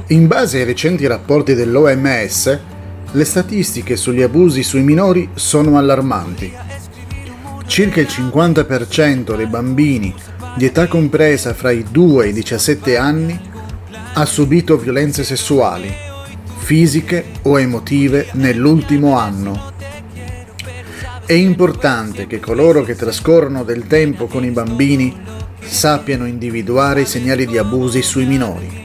In base ai recenti rapporti dell'OMS, le statistiche sugli abusi sui minori sono allarmanti. Circa il 50% dei bambini di età compresa fra i 2 e i 17 anni ha subito violenze sessuali, fisiche o emotive nell'ultimo anno. È importante che coloro che trascorrono del tempo con i bambini sappiano individuare i segnali di abusi sui minori.